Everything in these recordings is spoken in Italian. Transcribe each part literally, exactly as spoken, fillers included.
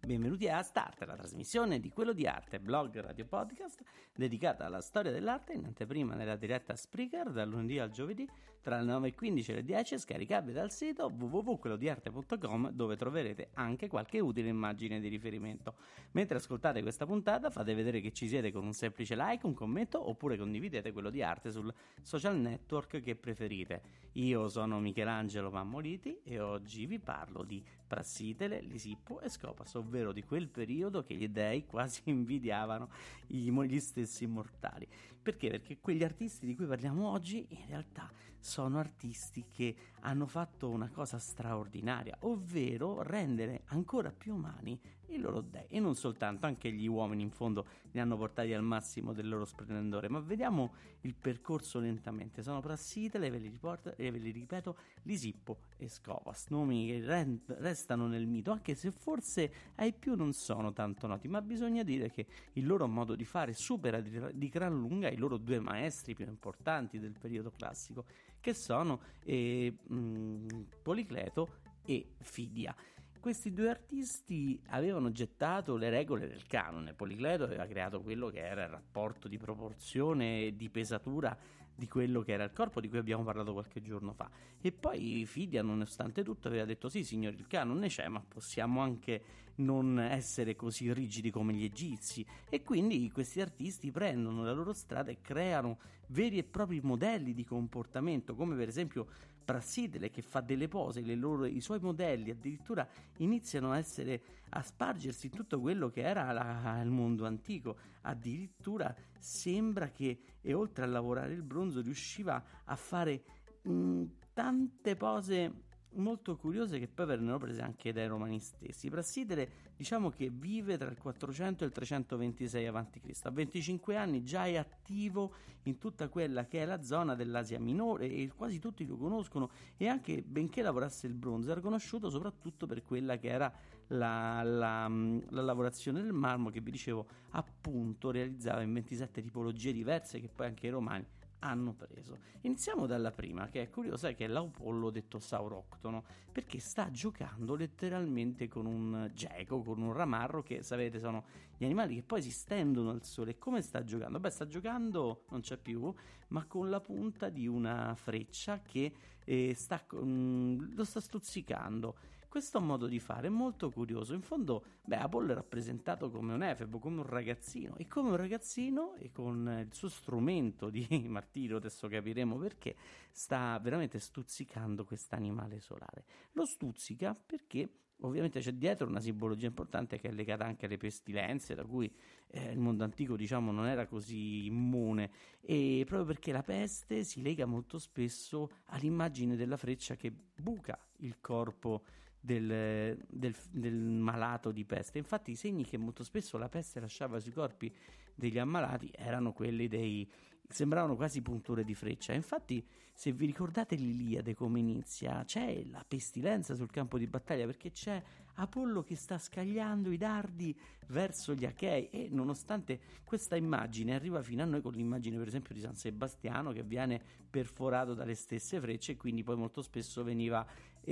Benvenuti a Start, la trasmissione di Quello di Arte, blog radio podcast dedicata alla storia dell'arte in anteprima nella diretta Spreaker dal lunedì al giovedì tra le nove e quindici e le dieci, scaricabile dal sito w w w punto quello di arte punto com, dove troverete anche qualche utile immagine di riferimento. Mentre ascoltate questa puntata fate vedere che ci siete con un semplice like, un commento oppure condividete Quello di Arte sul social network che preferite. Io sono Michelangelo Mammoliti e oggi vi parlo di Prassitele, Lisippo e Scopas, ovvero di quel periodo che gli dei quasi invidiavano gli stessi immortali. Perché? Perché quegli artisti di cui parliamo oggi in realtà sono artisti che hanno fatto una cosa straordinaria, ovvero rendere ancora più umani i loro dei, e non soltanto, anche gli uomini in fondo li hanno portati al massimo del loro splendore. Ma vediamo il percorso lentamente. Sono Prassitele, ve li, riporto, e ve li ripeto, Lisippo e Scopas, nomi che rend, restano nel mito, anche se forse ai più non sono tanto noti, ma bisogna dire che il loro modo di fare supera di, di gran lunga i loro due maestri più importanti del periodo classico, che sono eh, mh, Policleto e Fidia. Questi due artisti avevano gettato le regole del canone. Policleto aveva creato quello che era il rapporto di proporzione e di pesatura di quello che era il corpo, di cui abbiamo parlato qualche giorno fa, e poi Fidia, nonostante tutto, aveva detto: sì signori, il canone c'è, ma possiamo anche non essere così rigidi come gli egizi. E quindi questi artisti prendono la loro strada e creano veri e propri modelli di comportamento, come per esempio Prassitele, che fa delle pose, le loro, i suoi modelli addirittura iniziano a essere a spargersi in tutto quello che era la, il mondo antico. Addirittura sembra che, e oltre a lavorare il bronzo, riusciva a fare mh, tante pose molto curiose che poi vennero prese anche dai romani stessi. Prassitele, diciamo che vive tra il quattrocento e il trecentoventisei avanti Cristo. A venticinque anni già è attivo in tutta quella che è la zona dell'Asia Minore e quasi tutti lo conoscono, e anche, benché lavorasse il bronzo, era conosciuto soprattutto per quella che era la, la, la lavorazione del marmo, che vi dicevo appunto realizzava in ventisette tipologie diverse che poi anche i romani hanno preso. Iniziamo dalla prima, che è curiosa, che è l'Apollo detto Sauroctono, perché sta giocando letteralmente con un geco, con un ramarro, che sapete sono gli animali che poi si stendono al sole. E come sta giocando? Beh, sta giocando, non c'è più, ma con la punta di una freccia che eh, sta, um, lo sta stuzzicando. Questo modo di fare è molto curioso. In fondo, beh, Apollo è rappresentato come un efebo, come un ragazzino, e come un ragazzino, e con il suo strumento di martirio, adesso capiremo perché, sta veramente stuzzicando quest'animale solare. Lo stuzzica perché ovviamente c'è dietro una simbologia importante che è legata anche alle pestilenze, da cui eh, il mondo antico, diciamo, non era così immune, e proprio perché la peste si lega molto spesso all'immagine della freccia che buca il corpo Del, del, del malato di peste. Infatti i segni che molto spesso la peste lasciava sui corpi degli ammalati erano quelli dei, sembravano quasi punture di freccia. Infatti, se vi ricordate l'Iliade come inizia, c'è la pestilenza sul campo di battaglia, perché c'è Apollo che sta scagliando i dardi verso gli Achei, e nonostante questa immagine arriva fino a noi con l'immagine per esempio di San Sebastiano che viene perforato dalle stesse frecce, e quindi poi molto spesso veniva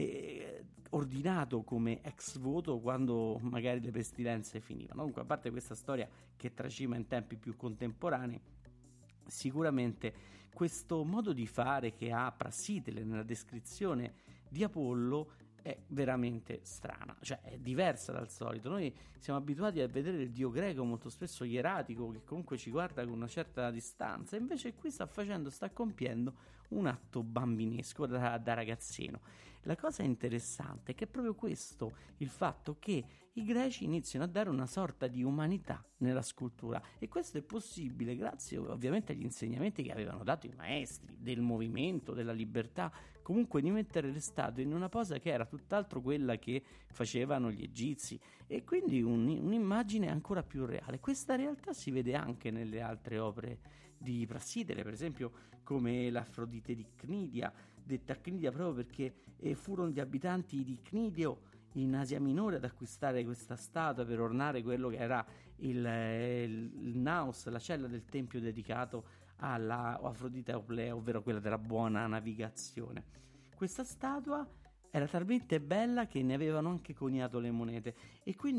eh, ordinato come ex voto quando magari le pestilenze finivano. Comunque, a parte questa storia che tracima in tempi più contemporanei, sicuramente questo modo di fare che ha Prassitele nella descrizione di Apollo è veramente strana, cioè è diversa dal solito. Noi siamo abituati a vedere il dio greco molto spesso ieratico, che comunque ci guarda con una certa distanza, invece qui sta facendo, sta compiendo un atto bambinesco da, da ragazzino. La cosa interessante è che è proprio questo, il fatto che i greci iniziano a dare una sorta di umanità nella scultura, e questo è possibile grazie ovviamente agli insegnamenti che avevano dato i maestri del movimento, della libertà, comunque di mettere le statue in una posa che era tutt'altro quella che facevano gli egizi, e quindi un, un'immagine ancora più reale. Questa realtà si vede anche nelle altre opere di Prassitele, per esempio come l'Afrodite di Cnidia, detta Cnidia proprio perché eh, furono gli abitanti di Cnidio in Asia Minore ad acquistare questa statua per ornare quello che era il, il, il naos, la cella del tempio dedicato alla Afrodite Oplea, ovvero quella della buona navigazione. Questa statua era talmente bella che ne avevano anche coniato le monete, e quindi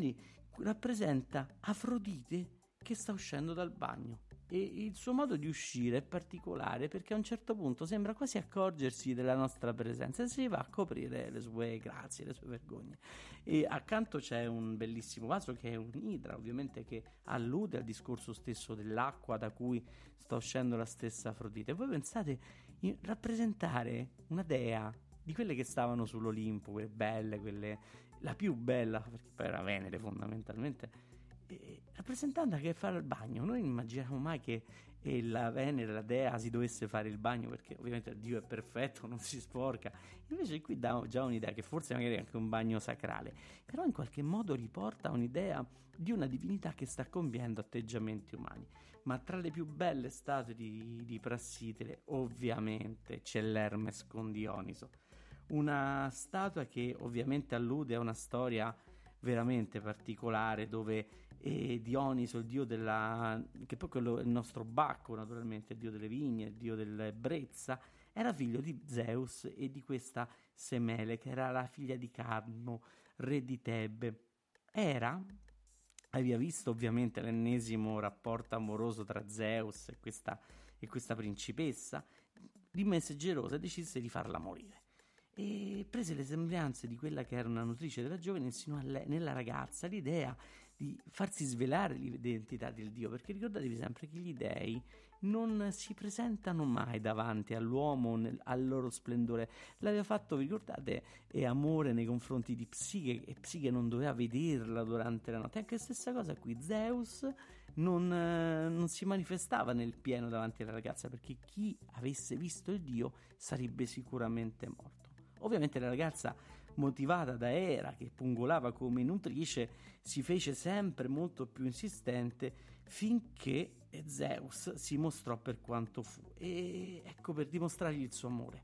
rappresenta Afrodite che sta uscendo dal bagno, e il suo modo di uscire è particolare perché a un certo punto sembra quasi accorgersi della nostra presenza e si va a coprire le sue grazie, le sue vergogne. E accanto c'è un bellissimo vaso che è un'idra, ovviamente, che allude al discorso stesso dell'acqua da cui sta uscendo la stessa Afrodite. Voi pensate in rappresentare una dea di quelle che stavano sull'Olimpo, quelle belle, quelle la più bella, perché poi era Venere fondamentalmente, eh, rappresentando che fa il bagno. Noi non immaginiamo mai che eh, la Venere, la dea, si dovesse fare il bagno, perché ovviamente Dio è perfetto, non si sporca. Invece qui dà già un'idea che forse magari è anche un bagno sacrale, però in qualche modo riporta un'idea di una divinità che sta compiendo atteggiamenti umani. Ma tra le più belle statue di, di Prassitele ovviamente c'è l'Hermes con Dioniso, una statua che ovviamente allude a una storia veramente particolare, dove eh, Dioniso, il dio della, che poi quello è il nostro Bacco naturalmente, il dio delle vigne, il dio dell'ebbrezza, era figlio di Zeus e di questa Semele, che era la figlia di Cadmo, re di Tebe. Era, aveva visto ovviamente l'ennesimo rapporto amoroso tra Zeus e questa, e questa principessa, rimase gelosa e decise di farla morire. E prese le sembianze di quella che era una nutrice della giovane e insinuò a lei, nella ragazza, l'idea di farsi svelare l'identità del dio, perché ricordatevi sempre che gli dei non si presentano mai davanti all'uomo nel, al loro splendore. L'aveva fatto, vi ricordate, e amore nei confronti di Psiche, e Psiche non doveva vederla durante la notte. Anche stessa cosa qui, Zeus non, eh, non si manifestava nel pieno davanti alla ragazza, perché chi avesse visto il dio sarebbe sicuramente morto. Ovviamente la ragazza, motivata da Era, che pungolava come nutrice, si fece sempre molto più insistente finché Zeus si mostrò per quanto fu, e ecco, per dimostrargli il suo amore.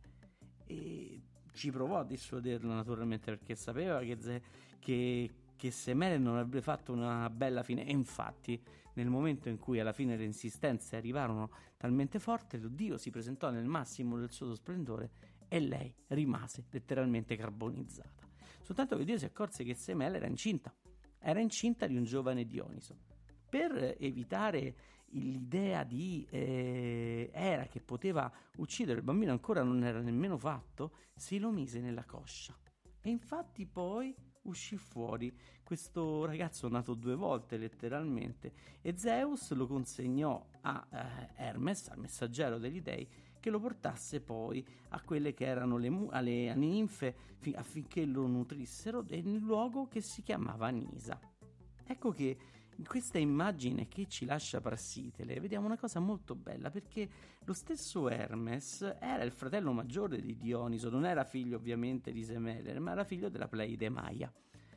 E ci provò a dissuaderlo naturalmente, perché sapeva che, Ze- che, che Semele non avrebbe fatto una bella fine, e infatti nel momento in cui alla fine le insistenze arrivarono talmente forti, lo dio si presentò nel massimo del suo splendore e lei rimase letteralmente carbonizzata. Soltanto che Dio si accorse che Semele era incinta, era incinta di un giovane Dioniso. Per evitare l'idea di eh, Era che poteva uccidere il bambino, ancora non era nemmeno fatto, se lo mise nella coscia. E infatti poi uscì fuori questo ragazzo nato due volte letteralmente, e Zeus lo consegnò a eh, Hermes, al messaggero degli dei, che lo portasse poi a quelle che erano le mu- alle ninfe fi- affinché lo nutrissero nel luogo che si chiamava Nisa. Ecco che in questa immagine che ci lascia Prassitele vediamo una cosa molto bella, perché lo stesso Hermes era il fratello maggiore di Dioniso, non era figlio ovviamente di Semele, ma era figlio della Pleide Maia.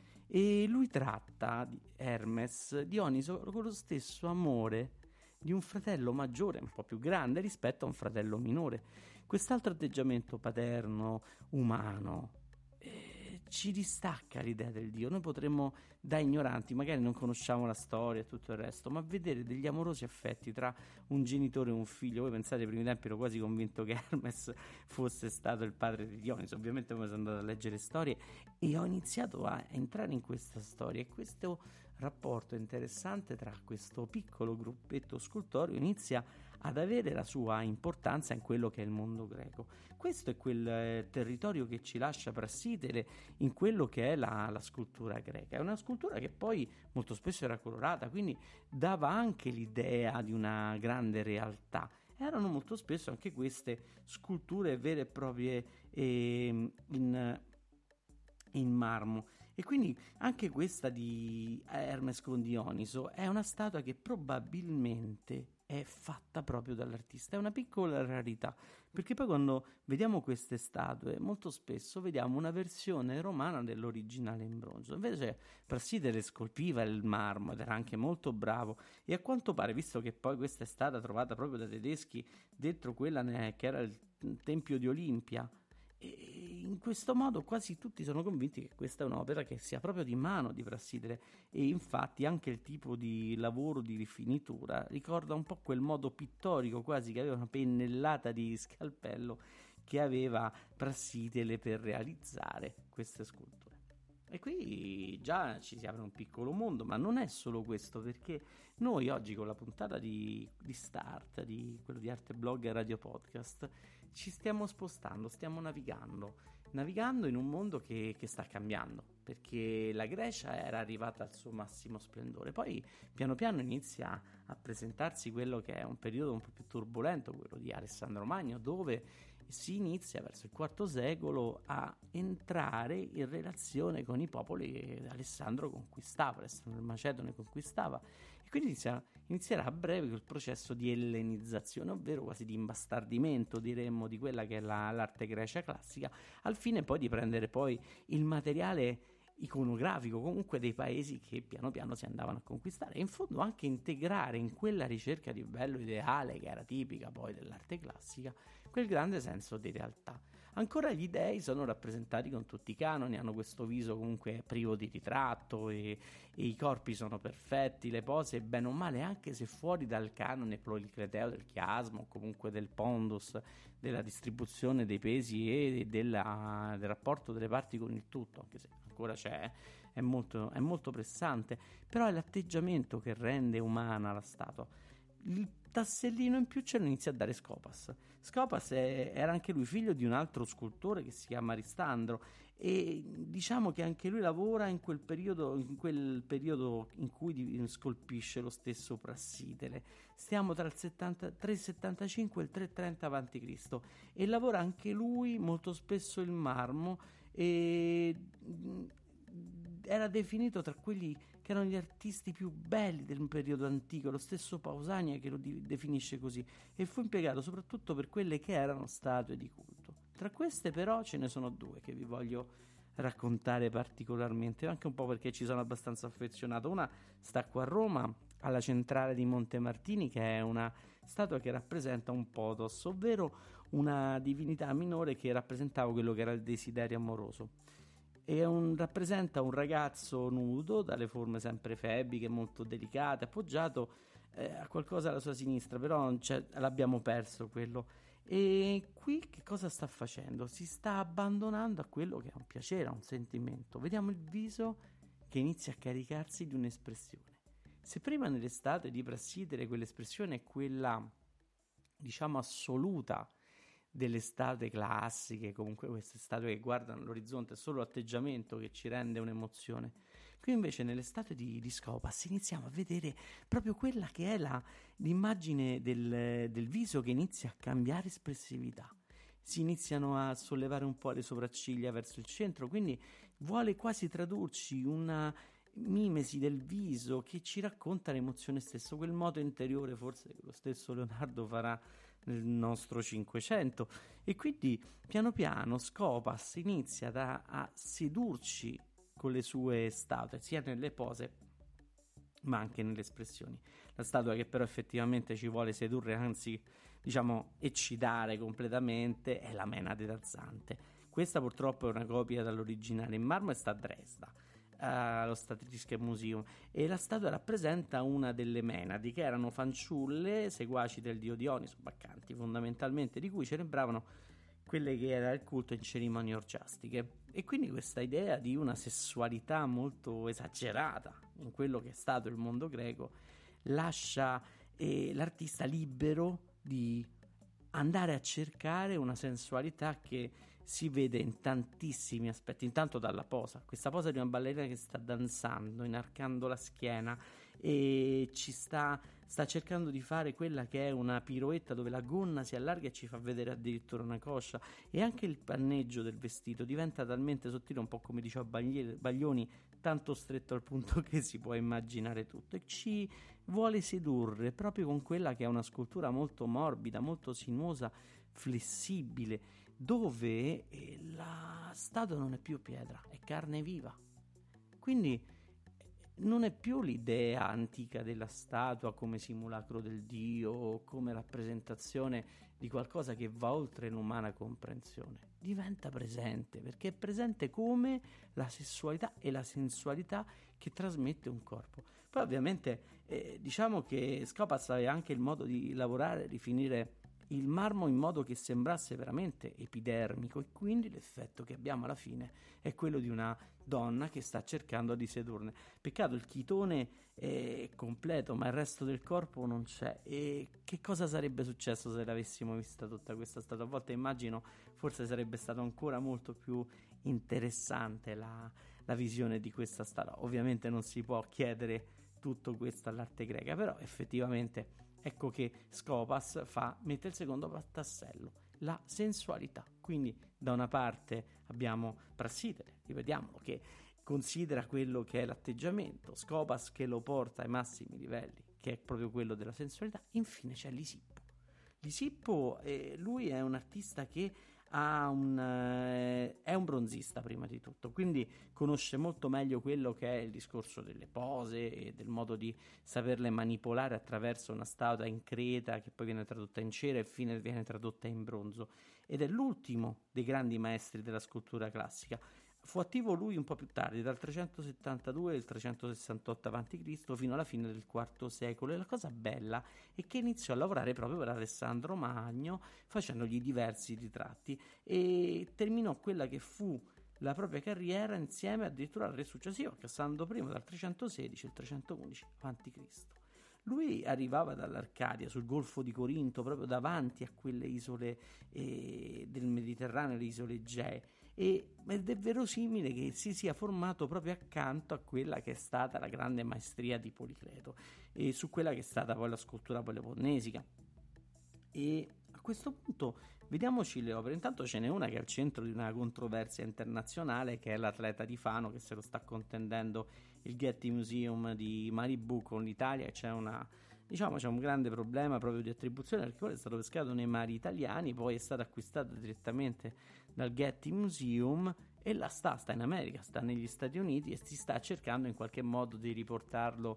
E lui tratta Hermes, Dioniso, con lo stesso amore di un fratello maggiore, un po' più grande rispetto a un fratello minore. Quest'altro atteggiamento paterno, umano, eh, ci distacca l'idea del Dio. Noi potremmo, da ignoranti, magari non conosciamo la storia e tutto il resto, ma vedere degli amorosi affetti tra un genitore e un figlio. Voi pensate, ai primi tempi ero quasi convinto che Hermes fosse stato il padre di Dioniso. Ovviamente poi sono andato a leggere storie e ho iniziato a entrare in questa storia, e questo rapporto interessante tra questo piccolo gruppetto scultoreo inizia ad avere la sua importanza in quello che è il mondo greco. Questo è quel eh, territorio che ci lascia Prassitele in quello che è la, la scultura greca. È una scultura che poi molto spesso era colorata, quindi dava anche l'idea di una grande realtà. Erano molto spesso anche queste sculture vere e proprie eh, in, in marmo. E quindi anche questa di Hermes con Dioniso è una statua che probabilmente è fatta proprio dall'artista. È una piccola rarità, perché poi quando vediamo queste statue molto spesso vediamo una versione romana dell'originale in bronzo. Invece Prassitele scolpiva il marmo ed era anche molto bravo, e a quanto pare, visto che poi questa è stata trovata proprio dai tedeschi dentro quella che era il tempio di Olimpia, e in questo modo quasi tutti sono convinti che questa è un'opera che sia proprio di mano di Prassitele, e infatti anche il tipo di lavoro di rifinitura ricorda un po' quel modo pittorico quasi, che aveva una pennellata di scalpello che aveva Prassitele per realizzare queste sculture. E qui già ci si apre un piccolo mondo, ma non è solo questo, perché noi oggi con la puntata di, di Start, di quello di Arte Blog e Radio Podcast, ci stiamo spostando, stiamo navigando, navigando in un mondo che, che sta cambiando, perché la Grecia era arrivata al suo massimo splendore, poi piano piano inizia a presentarsi quello che è un periodo un po' più turbolento, quello di Alessandro Magno, dove si inizia verso il quarto secolo a entrare in relazione con i popoli che Alessandro conquistava, Alessandro il Macedone conquistava, e quindi inizia, inizierà a breve quel processo di ellenizzazione, ovvero quasi di imbastardimento, diremmo, di quella che è la, l'arte grecia classica, al fine poi di prendere poi il materiale iconografico comunque dei paesi che piano piano si andavano a conquistare, e in fondo anche integrare in quella ricerca di bello ideale che era tipica poi dell'arte classica quel grande senso di realtà. Ancora gli dei sono rappresentati con tutti i canoni, hanno questo viso comunque privo di ritratto e, e i corpi sono perfetti, le pose bene o male, anche se fuori dal canone policleteo del chiasmo o comunque del pondus, della distribuzione dei pesi e della, del rapporto delle parti con il tutto, anche se ancora c'è, è molto, è molto pressante, però è l'atteggiamento che rende umana la statua. Il tassellino in più ce lo inizia a dare Scopas. Scopas è, era anche lui figlio di un altro scultore che si chiama Aristandro, e diciamo che anche lui lavora in quel periodo in, quel periodo in cui di, scolpisce lo stesso Prassitele. Stiamo tra il settanta, trecentosettantacinque e il trecentotrenta avanti Cristo, e lavora anche lui molto spesso il marmo, e era definito tra quelli che erano gli artisti più belli del periodo antico, lo stesso Pausania che lo di- definisce così, e fu impiegato soprattutto per quelle che erano statue di culto. Tra queste però ce ne sono due che vi voglio raccontare particolarmente, anche un po' perché ci sono abbastanza affezionato. Una sta qua a Roma, alla centrale di Montemartini, che è una statua che rappresenta un potos, ovvero una divinità minore che rappresentava quello che era il desiderio amoroso. E un, rappresenta un ragazzo nudo, dalle forme sempre febbliche, molto delicate, appoggiato eh, a qualcosa alla sua sinistra, però l'abbiamo perso quello. E qui che cosa sta facendo? Si sta abbandonando a quello che è un piacere, a un sentimento. Vediamo il viso che inizia a caricarsi di un'espressione. Se prima nell'estate di Prassitele quell'espressione è quella, diciamo, assoluta delle statue classiche, comunque queste statue che guardano l'orizzonte, è solo l'atteggiamento che ci rende un'emozione. Qui invece nelle statue di, di Scopas iniziamo a vedere proprio quella che è la, l'immagine del, del viso che inizia a cambiare espressività. Si iniziano a sollevare un po' le sopracciglia verso il centro, quindi vuole quasi tradurci una mimesi del viso che ci racconta l'emozione stessa, quel moto interiore forse che lo stesso Leonardo farà nel nostro Cinquecento. E quindi piano piano Scopas inizia da, a sedurci con le sue statue, sia nelle pose ma anche nelle espressioni. La statua che però effettivamente ci vuole sedurre, anzi diciamo eccitare completamente, è la Menade danzante. Questa purtroppo è una copia dall'originale in marmo e sta a Dresda, allo Staatsrisches Museum, e la statua rappresenta una delle Menadi, che erano fanciulle seguaci del dio Dioniso, baccanti fondamentalmente, di cui celebravano quelle che era il culto in cerimonie orgiastiche. E quindi questa idea di una sessualità molto esagerata in quello che è stato il mondo greco lascia eh, l'artista libero di andare a cercare una sensualità che si vede in tantissimi aspetti. Intanto dalla posa, questa posa di una ballerina che sta danzando, inarcando la schiena, e ci sta, sta cercando di fare quella che è una piroetta dove la gonna si allarga e ci fa vedere addirittura una coscia, e anche il panneggio del vestito diventa talmente sottile, un po' come diceva Baglioni, tanto stretto al punto che si può immaginare tutto, e ci vuole sedurre proprio con quella che è una scultura molto morbida, molto sinuosa, flessibile, dove la statua non è più pietra, è carne viva. Quindi non è più l'idea antica della statua come simulacro del dio o come rappresentazione di qualcosa che va oltre l'umana comprensione. Diventa presente, perché è presente come la sessualità e la sensualità che trasmette un corpo. Poi ovviamente eh, diciamo che Scopas aveva anche il modo di lavorare, di finire il marmo in modo che sembrasse veramente epidermico, e quindi l'effetto che abbiamo alla fine è quello di una donna che sta cercando di sedurne. Peccato, il chitone è completo ma il resto del corpo non c'è. E che cosa sarebbe successo se l'avessimo vista tutta questa statua? A volte immagino forse sarebbe stato ancora molto più interessante la, la visione di questa statua. Ovviamente non si può chiedere tutto questo all'arte greca, però effettivamente ecco che Scopas fa, mette il secondo tassello, la sensualità. Quindi da una parte abbiamo Prassitele, ripetiamolo, che considera quello che è l'atteggiamento, Scopas che lo porta ai massimi livelli, che è proprio quello della sensualità. Infine c'è Lisippo. Lisippo, eh, lui è un artista che ha un, eh, è un bronzista prima di tutto, quindi conosce molto meglio quello che è il discorso delle pose e del modo di saperle manipolare attraverso una statua in creta che poi viene tradotta in cera e infine viene tradotta in bronzo, ed è l'ultimo dei grandi maestri della scultura classica. Fu attivo lui un po' più tardi, dal trecentosettantadue al trecentosessantotto avanti Cristo fino alla fine del quarto secolo, e la cosa bella è che iniziò a lavorare proprio per Alessandro Magno, facendogli diversi ritratti, e terminò quella che fu la propria carriera insieme addirittura al re successivo, Cassandro I, dal trecentosedici al trecentoundici avanti Cristo. Lui arrivava dall'Arcadia, sul golfo di Corinto, proprio davanti a quelle isole eh, del Mediterraneo, le isole Egee, e, ed è verosimile che si sia formato proprio accanto a quella che è stata la grande maestria di Policleto, e su quella che è stata poi la scultura peloponnesica. E a questo punto vediamoci le opere. Intanto ce n'è una che è al centro di una controversia internazionale, che è l'atleta di Fano, che se lo sta contendendo il Getty Museum di Maribu con l'Italia, e c'è una diciamo c'è un grande problema proprio di attribuzione, perché quello è stato pescato nei mari italiani, poi è stato acquistato direttamente dal Getty Museum e la sta, sta in America, sta negli Stati Uniti, e si sta cercando in qualche modo di riportarlo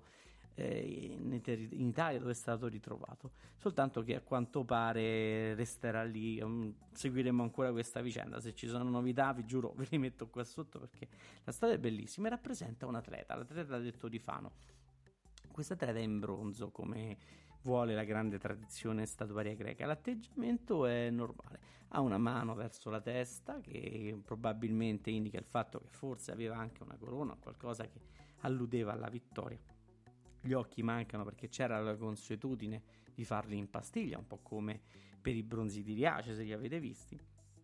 eh, in, in Italia, dove è stato ritrovato, soltanto che a quanto pare resterà lì. Um, seguiremo ancora questa vicenda, se ci sono novità vi giuro ve li metto qua sotto, perché la storia è bellissima e rappresenta un atleta, l'atleta detto di Fano. Questa atleta è in bronzo, come vuole la grande tradizione statuaria greca. L'atteggiamento è normale, ha una mano verso la testa, che probabilmente indica il fatto che forse aveva anche una corona o qualcosa che alludeva alla vittoria. Gli occhi mancano perché c'era la consuetudine di farli in pastiglia, un po' come per i bronzi di Riace, se li avete visti.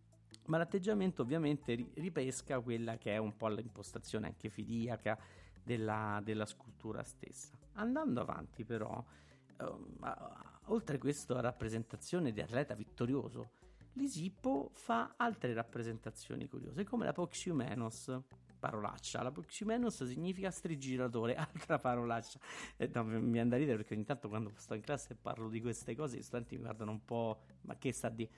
Ma l'atteggiamento ovviamente ripesca quella che è un po' l'impostazione anche fidiaca della, della scultura stessa. Andando avanti però, Uh, oltre a questa rappresentazione di atleta vittorioso, Lisippo fa altre rappresentazioni curiose, come la Poxyumenos, parolaccia. La Poxyumenos significa strigiratore, altra parolaccia. Eh, no, mi viene da ridere perché ogni tanto quando sto in classe e parlo di queste cose gli studenti mi guardano un po', ma che sta di...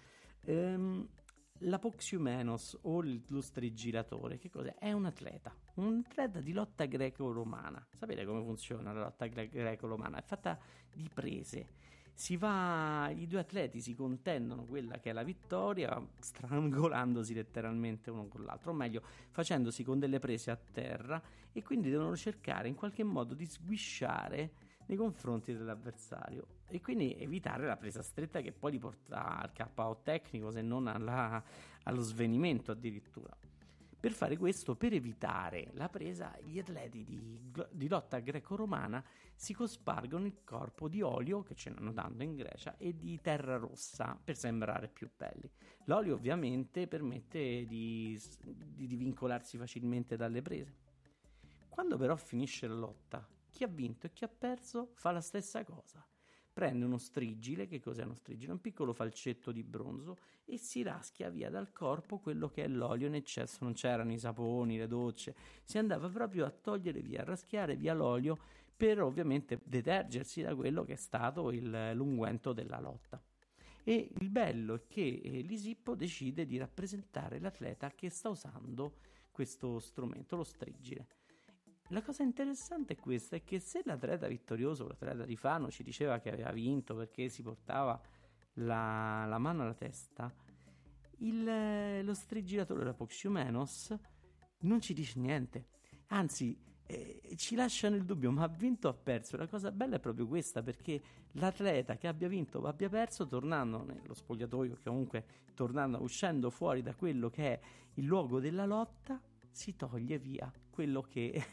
Um, la Poxyumenos o lo strigiratore, che cos'è? È un atleta, un atleta di lotta greco-romana. Sapete come funziona la lotta gre- greco-romana? È fatta di prese. Si va, i due atleti si contendono quella che è la vittoria, strangolandosi letteralmente uno con l'altro, o meglio, facendosi con delle prese a terra, e quindi devono cercare in qualche modo di sguisciare nei confronti dell'avversario, e quindi evitare la presa stretta che poi li porta al K O tecnico, se non alla, allo svenimento addirittura. Per fare questo, per evitare la presa, gli atleti di, di lotta greco-romana si cospargono il corpo di olio, che ce n'hanno tanto in Grecia, e di terra rossa per sembrare più belli. L'olio ovviamente permette di, di, di vincolarsi facilmente dalle prese. Quando però finisce la lotta, chi ha vinto e chi ha perso fa la stessa cosa. Prende uno strigile, che cos'è uno strigile? Un piccolo falcetto di bronzo, e si raschia via dal corpo quello che è l'olio in eccesso. Non c'erano i saponi, le docce, si andava proprio a togliere via, a raschiare via l'olio, per ovviamente detergersi da quello che è stato il, l'unguento della lotta. E il bello è che eh, Lisippo decide di rappresentare l'atleta che sta usando questo strumento, lo strigile. La cosa interessante è questa, è che se l'atleta vittorioso, l'atleta di Fano, ci diceva che aveva vinto perché si portava la, la mano alla testa, il, lo strigilatore, la Poxyumenos, non ci dice niente. Anzi, eh, ci lasciano il dubbio, ma ha vinto o ha perso? La cosa bella è proprio questa, perché l'atleta che abbia vinto o abbia perso, tornando nello spogliatoio, che comunque tornando, uscendo fuori da quello che è il luogo della lotta, si toglie via quello che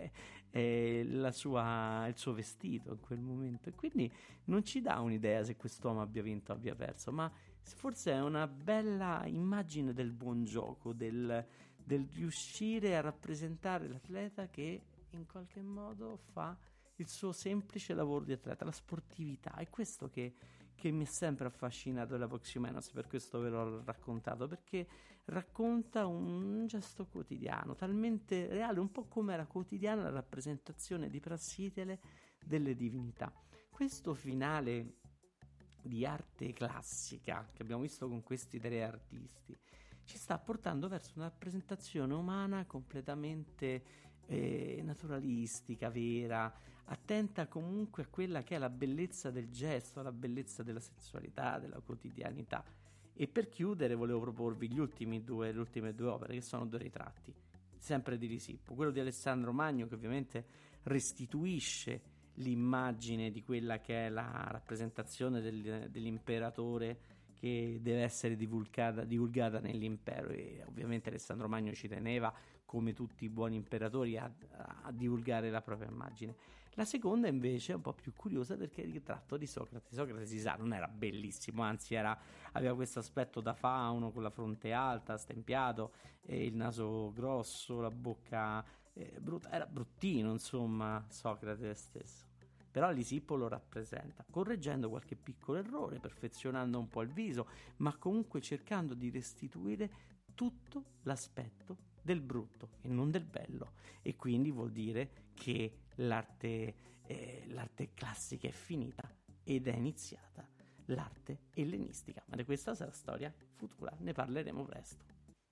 è la sua, il suo vestito in quel momento, e quindi non ci dà un'idea se quest'uomo abbia vinto o abbia perso, ma forse è una bella immagine del buon gioco, del, del riuscire a rappresentare l'atleta che in qualche modo fa il suo semplice lavoro di atleta, la sportività. È questo che, che mi è sempre affascinato della Vox Humanos, per questo ve l'ho raccontato, perché racconta un gesto quotidiano talmente reale, un po' come era quotidiana la rappresentazione di Prassitele delle divinità. Questo finale di arte classica che abbiamo visto con questi tre artisti ci sta portando verso una rappresentazione umana completamente eh, naturalistica, vera, attenta comunque a quella che è la bellezza del gesto, la bellezza della sensualità, della quotidianità. E per chiudere volevo proporvi gli ultimi due, le ultime due opere, che sono due ritratti, sempre di Risippo, quello di Alessandro Magno, che ovviamente restituisce l'immagine di quella che è la rappresentazione del, dell'imperatore che deve essere divulgata, divulgata nell'impero, e ovviamente Alessandro Magno ci teneva, come tutti i buoni imperatori, a, a divulgare la propria immagine. La seconda invece è un po' più curiosa, perché è il ritratto di Socrate. Socrate, si sa, non era bellissimo, anzi era, aveva questo aspetto da fauno, con la fronte alta, stempiato, e il naso grosso, la bocca eh, brutta, era bruttino insomma Socrate stesso. Però Lisipo lo rappresenta, correggendo qualche piccolo errore, perfezionando un po' il viso, ma comunque cercando di restituire tutto l'aspetto del brutto e non del bello. E quindi vuol dire che l'arte, eh, l'arte classica è finita ed è iniziata l'arte ellenistica. Ma di questa sarà storia futura, ne parleremo presto.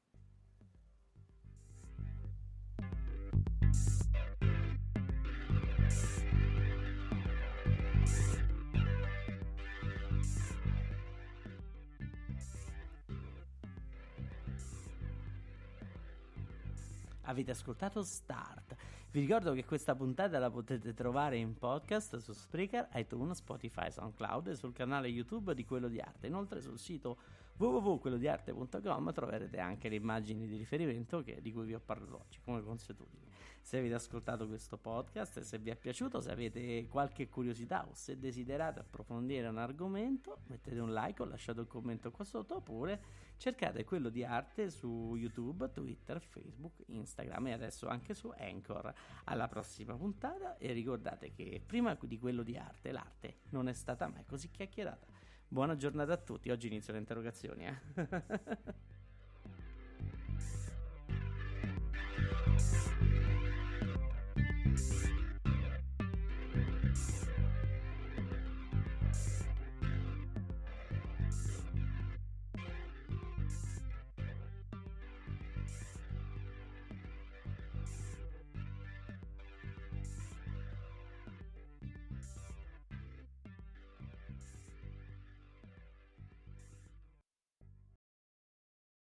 Avete ascoltato Start. Vi ricordo che questa puntata la potete trovare in podcast su Spreaker, iTunes, Spotify, SoundCloud e sul canale YouTube di Quello di Arte. Inoltre sul sito w w w punto quello di arte punto com troverete anche le immagini di riferimento che, di cui vi ho parlato oggi, come consuetudine. Se avete ascoltato questo podcast e se vi è piaciuto, se avete qualche curiosità o se desiderate approfondire un argomento, mettete un like o lasciate un commento qua sotto, oppure cercate Quello di Arte su YouTube, Twitter, Facebook, Instagram e adesso anche su Anchor. Alla prossima puntata, e ricordate che prima di Quello di Arte l'arte non è stata mai così chiacchierata. Buona giornata a tutti. Oggi inizio le interrogazioni, eh?